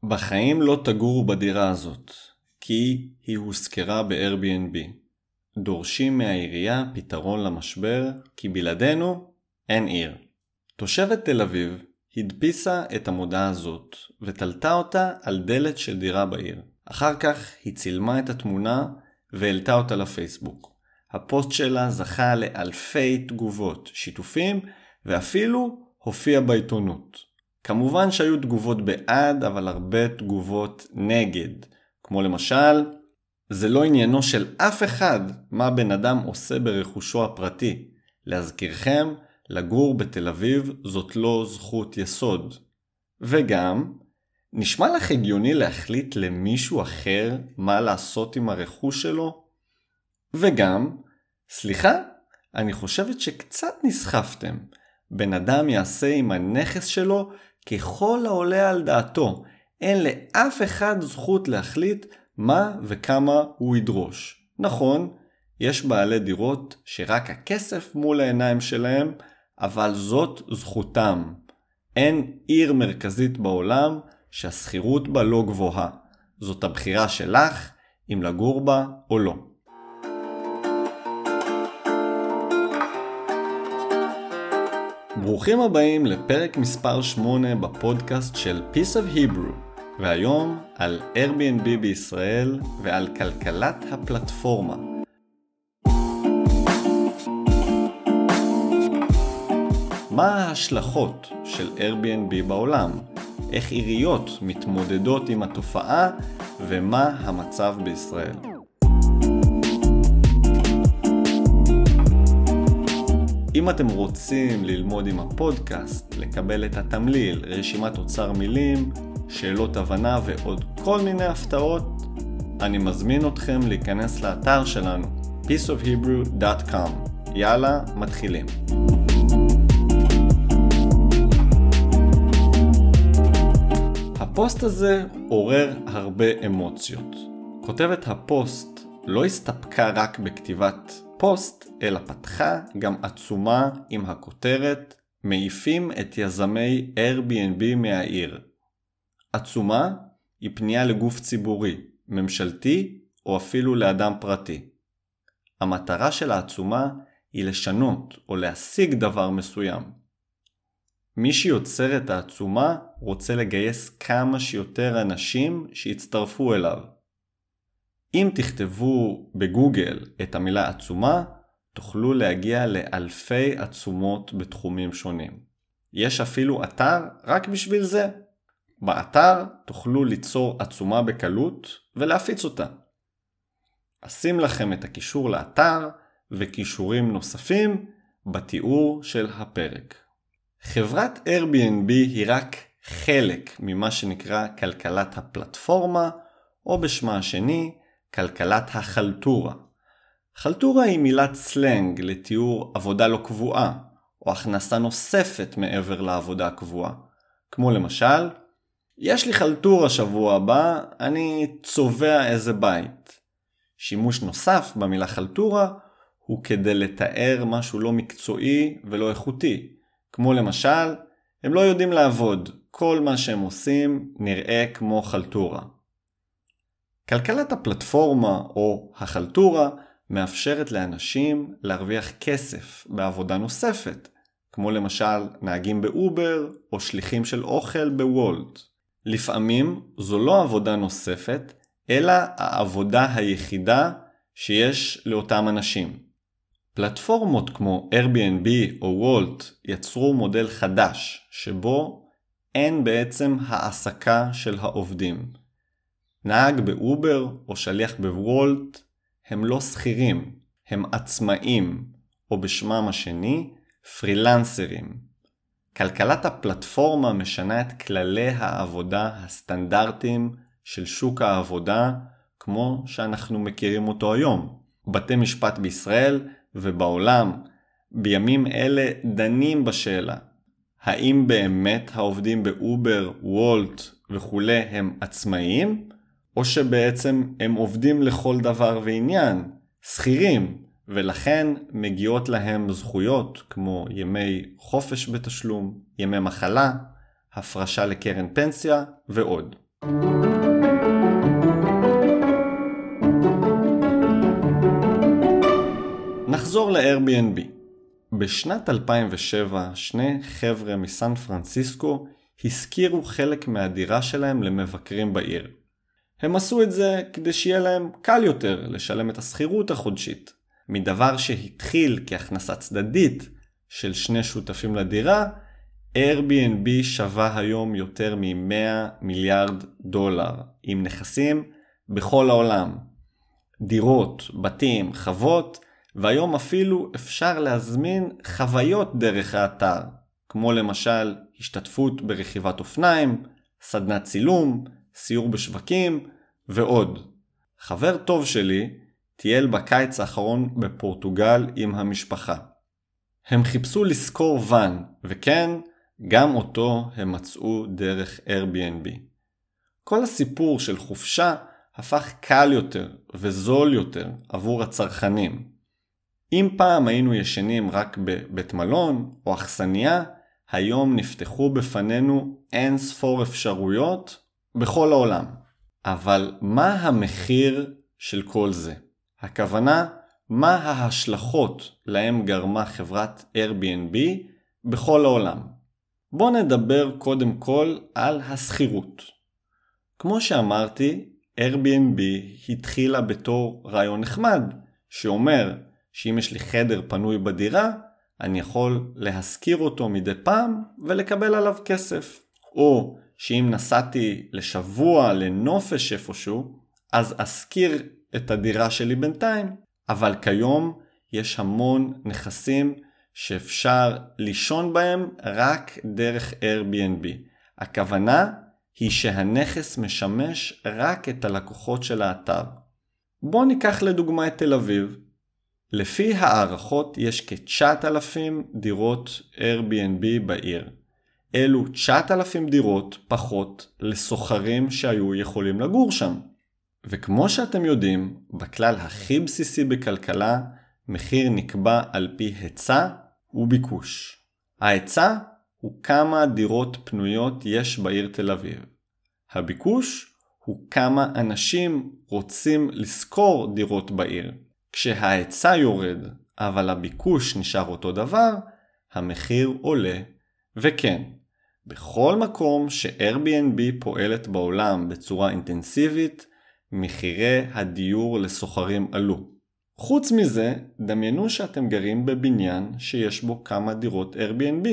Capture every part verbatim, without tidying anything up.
בחיים לא תגורו בדירה הזאת, כי היא הושכרה ב-Airbnb. דורשים מהעירייה פתרון למשבר, כי בלעדינו אין עיר. תושבת תל אביב הדפיסה את המודעה הזאת ותלתה אותה על דלת של דירה בעיר. אחר כך היא צילמה את התמונה והעלתה אותה לפייסבוק. הפוסט שלה זכה לאלפי תגובות, שיתופים ואפילו הופיע בעיתונות. כמובן שהיו תגובות בעד, אבל הרבה תגובות נגד. כמו למשל, זה לא עניינו של אף אחד מה בן אדם עושה ברכושו הפרטי. להזכירכם, לגור בתל אביב זאת לא זכות יסוד. וגם, נשמע לך הגיוני להחליט למישהו אחר מה לעשות עם הרכוש שלו? וגם, סליחה, אני חושבת שקצת נסחפתם. בן אדם יעשה עם הנכס שלו ככל העולה על דעתו. אין לאף אחד זכות להחליט מה וכמה הוא ידרוש. נכון, יש בעלי דירות שרק הכסף מול העיניים שלהם, אבל זאת זכותם. אין עיר מרכזית בעולם שהסחירות בה לא גבוהה. זאת הבחירה שלך אם לגור בה או לא. ברוכים הבאים לפרק מספר שמונה בפודקאסט של Piece of Hebrew, והיום על Airbnb בישראל ועל כלכלת הפלטפורמה. מה ההשלכות של Airbnb בעולם? איך עיריות מתמודדות עם התופעה ומה המצב בישראל? אם אתם רוצים ללמוד עם הפודקאסט, לקבל את התמליל, רשימת אוצר מילים, שאלות הבנה ועוד כל מיני הפתעות, אני מזמין אתכם להיכנס לאתר שלנו piece of hebrew דוט קום. יאללה, מתחילים. הפוסט הזה עורר הרבה אמוציות. כותבת הפוסט לא הסתפקה רק בכתיבת פוסט, אלא פתחה גם עצומה עם הכותרת מעיפים את יזמי Airbnb מהעיר. עצומה היא פנייה לגוף ציבורי, ממשלתי או אפילו לאדם פרטי. המטרה של העצומה היא לשנות או להשיג דבר מסוים. מי שיוצר את העצומה רוצה לגייס כמה שיותר אנשים שיצטרפו אליו. אם תכתבו בגוגל את המילה עצומה, תוכלו להגיע לאלפי עצומות בתחומים שונים. יש אפילו אתר רק בשביל זה. באתר תוכלו ליצור עצומה בקלות ולהפיץ אותה. אשים לכם את הקישור לאתר וקישורים נוספים בתיאור של הפרק. חברת Airbnb היא רק חלק ממה שנקרא כלכלת הפלטפורמה, או בשמה השני, כלכלת החלטורה. חלטורה היא מילת סלנג לתיאור עבודה לא קבועה, או הכנסה נוספת מעבר לעבודה הקבועה. כמו למשל, יש לי חלטורה שבוע הבא, אני צובע איזה בית. שימוש נוסף במילה חלטורה הוא כדי לתאר משהו לא מקצועי ולא איכותי. כמו למשל, הם לא יודעים לעבוד, כל מה שהם עושים נראה כמו חלטורה. כלכלת הפלטפורמה או החלטורה מאפשרת לאנשים להרוויח כסף בעבודה נוספת, כמו למשל נהגים באובר או שליחים של אוכל בוולט. לפעמים זו לא עבודה נוספת, אלא העבודה היחידה שיש לאותם אנשים. פלטפורמות כמו Airbnb או וולט יצרו מודל חדש, שבו אין בעצם העסקה של העובדים. נהג באובר או שליח בוולט הם לא שכירים, הם עצמאים, או בשמם השני, פרילנסרים. כלכלת הפלטפורמה משנה את כללי העבודה הסטנדרטיים של שוק העבודה, כמו שאנחנו מכירים אותו היום. בתי משפט בישראל ובעולם בימים אלה דנים בשאלה, האם באמת העובדים באובר, וולט וכו' הם עצמאיים, או שבעצם הם עובדים לכל דבר ועניין, שכירים, ולכן מגיעות להם זכויות כמו ימי חופש בתשלום, ימי מחלה, הפרשה לקרן פנסיה ועוד. נחזור ל-Airbnb. בשנת אלפיים ושבע שני חבר'ה מסן פרנסיסקו השכירו חלק מהדירה שלהם למבקרים בעיר. הם עשו את זה כדי שיהיה להם קל יותר לשלם את השכירות החודשית. מדבר שהתחיל כהכנסה צדדית של שני שותפים לדירה, Airbnb שווה היום יותר מ-מאה מיליארד דולר, עם נכסים בכל העולם. דירות, בתים, חוות, והיום אפילו אפשר להזמין חוויות דרך האתר, כמו למשל השתתפות ברכיבת אופניים, סדנת צילום, סיור בשווקים ועוד. חבר טוב שלי טייל בקיץ האחרון בפורטוגל עם המשפחה. הם חיפשו לשכור ואן, וכן, גם אותו הם מצאו דרך Airbnb. כל הסיפור של חופשה הפך קל יותר וזול יותר עבור הצרכנים. אם פעם היינו ישנים רק בבית מלון או אכסניה, היום נפתחו בפנינו אין ספור אפשרויות בכל העולם. אבל מה המחיר של כל זה? הכוונה, מה ההשלכות להם גרמה חברת Airbnb בכל העולם? בואו נדבר קודם כל על השכירות. כמו שאמרתי, Airbnb התחילה בתור רעיון נחמד, שאומר שאם יש לי חדר פנוי בדירה, אני יכול להשכיר אותו מדי פעם ולקבל עליו כסף. או שאם נסעתי לשבוע לנופש איפשהו, אז אשכיר את הדירה שלי בינתיים. אבל כיום יש המון נכסים שאפשר לישון בהם רק דרך Airbnb. הכוונה היא שהנכס משמש רק את הלקוחות של האתר. בואו ניקח לדוגמה את תל אביב. לפי הערכות יש כ-תשעת אלפים דירות Airbnb בעיר. אלו תשעת אלפים דירות פחות לסוחרים שהיו יכולים לגור שם. וכמו שאתם יודעים, בכלל הכי בסיסי בכלכלה, מחיר נקבע על פי היצע וביקוש. ההיצע הוא כמה דירות פנויות יש בעיר תל אביב. הביקוש הוא כמה אנשים רוצים לשכור דירות בעיר. כשההיצע יורד, אבל הביקוש נשאר אותו דבר, המחיר עולה. וכן, בכל מקום ש-Airbnb פועלת בעולם בצורה אינטנסיבית, מחירי הדיור לסוחרים עלו. חוץ מזה, דמיינו שאתם גרים בבניין שיש בו כמה דירות Airbnb.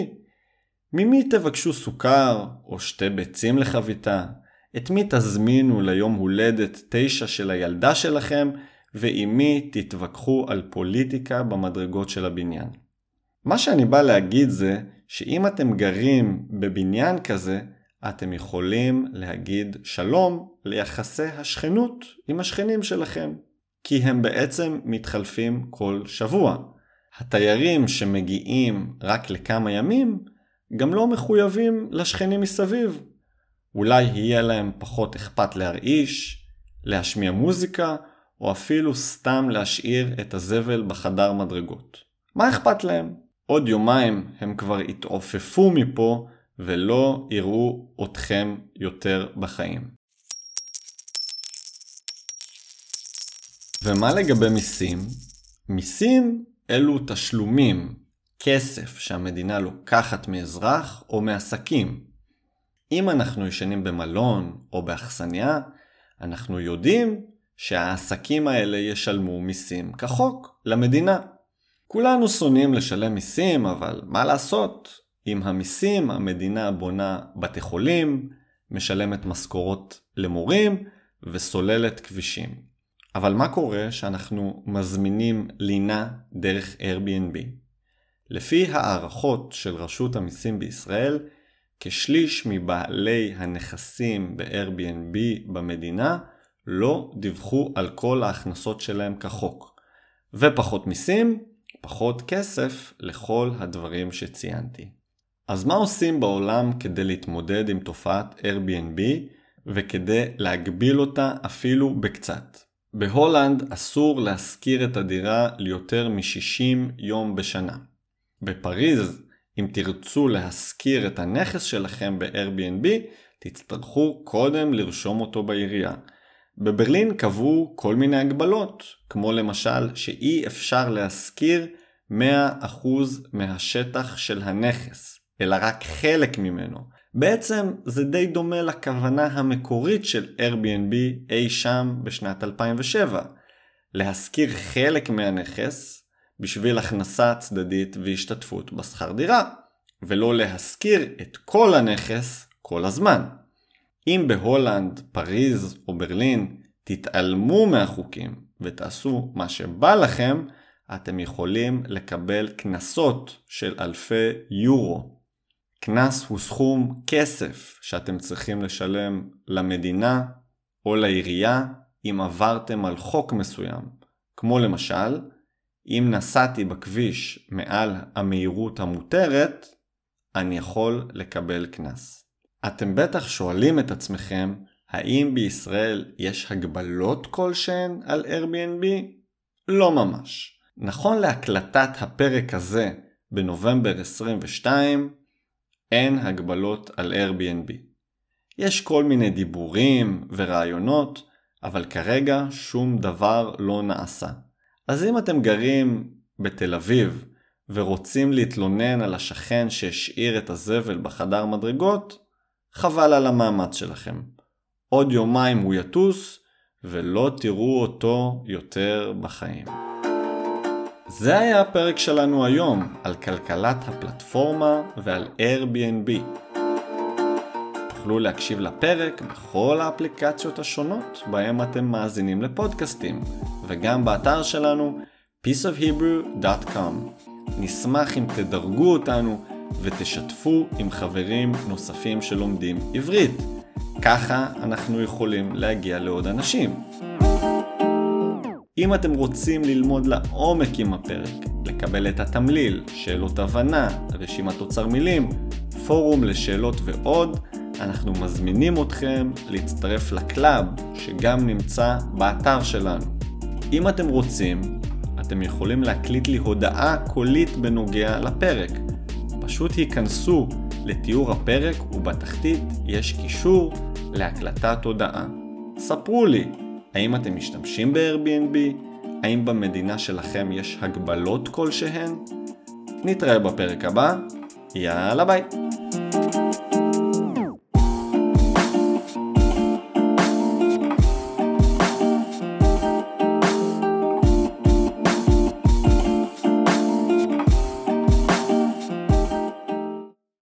ממי תבקשו סוכר או שתי ביצים לחביתה? את מי תזמינו ליום הולדת תשע של הילדה שלכם? ועם מי תתווכחו על פוליטיקה במדרגות של הבניין? מה שאני בא להגיד זה שאם אתם גרים בבניין כזה, אתם יכולים להגיד שלום ליחסי השכנות עם השכנים שלכם, כי הם בעצם מתחלפים כל שבוע. התיירים שמגיעים רק לכמה ימים גם לא מחויבים לשכנים מסביב. אולי יהיה להם פחות אכפת להרעיש, להשמיע מוזיקה, או אפילו סתם להשאיר את הזבל בחדר מדרגות. מה אכפת להם? עוד יומיים הם כבר התעופפו מפה ולא יראו אתכם יותר בחיים. ומה לגבי מיסים? מיסים אלו תשלומים, כסף שהמדינה לוקחת מאזרח או מעסקים. אם אנחנו ישנים במלון או באכסניה, אנחנו יודעים שהעסקים האלה ישלמו מיסים כחוק למדינה. כולנו שונאים לשלם מיסים, אבל מה לעשות? עם המיסים המדינה בונה בתי חולים, משלמת משכורות למורים וסוללת כבישים. אבל מה קורה שאנחנו מזמינים לינה דרך Airbnb? לפי הערכות של רשות המיסים בישראל, כשליש מבעלי הנכסים ב-Airbnb במדינה לא דיווחו על כל ההכנסות שלהם כחוק. ופחות מיסים, פחות כסף לכל הדברים שציינתי. אז מה עושים בעולם כדי להתמודד עם תופעת Airbnb וכדי להגביל אותה אפילו בקצת? בהולנד אסור להשכיר את הדירה ליותר מ-שישים יום בשנה. בפריז, אם תרצו להשכיר את הנכס שלכם ב-Airbnb, תצטרכו קודם לרשום אותו בעירייה. בברלין קבעו כל מיני הגבלות, כמו למשל שאי אפשר להשכיר מאה אחוז מהשטח של הנכס, אלא רק חלק ממנו. בעצם זה די דומה לכוונה המקורית של Airbnb אי שם בשנת אלפיים ושבע. להשכיר חלק מהנכס בשביל הכנסה צדדית והשתתפות בשכר דירה, ולא להשכיר את כל הנכס כל הזמן. אם בהולנד, פריז או ברלין תתעלמו מהחוקים ותעשו מה שבא לכם, אתם יכולים לקבל קנסות של אלפי יורו. קנס הוא סכום כסף שאתם צריכים לשלם למדינה או לעירייה אם עברתם על חוק מסוים. כמו למשל, אם נסעתי בכביש מעל המהירות המותרת, אני יכול לקבל קנס. אתם בטח שואלים את עצמכם, האם בישראל יש הגבלות כלשהן על Airbnb? לא ממש. נכון להקלטת הפרק הזה בנובמבר עשרים ושתיים, אין הגבלות על Airbnb. יש כל מיני דיבורים ורעיונות, אבל כרגע שום דבר לא נעשה. אז אם אתם גרים בתל אביב ורוצים להתלונן על השכן שהשאיר את הזבל בחדר מדרגות, חבל על המאמץ שלכם. עוד יומיים הוא יטוס ולא תראו אותו יותר בחיים. זה היה הפרק שלנו היום על כלכלת הפלטפורמה ועל Airbnb. תוכלו להקשיב לפרק בכל האפליקציות השונות בהם אתם מאזינים לפודקאסטים, וגם באתר שלנו piece of hebrew dot com. נשמח אם תדרגו אותנו ותשתפו עם חברים נוספים שלומדים עברית. ככה אנחנו יכולים להגיע לעוד אנשים. אם אתם רוצים ללמוד לעומק עם הפרק, לקבל את התמליל, שאלות הבנה, רשימת אוצר מילים, פורום לשאלות ועוד, אנחנו מזמינים אתכם להצטרף לקלאב שגם נמצא באתר שלנו. אם אתם רוצים, אתם יכולים להקליט לי הודעה קולית בנוגע לפרק. פשוט היכנסו לתיאור הפרק ובתחתית יש קישור להקלטת הודעה. ספרו לי, האם אתם משתמשים ב-Airbnb? האם במדינה שלכם יש הגבלות כלשהן? נתראה בפרק הבא. יאללה ביי.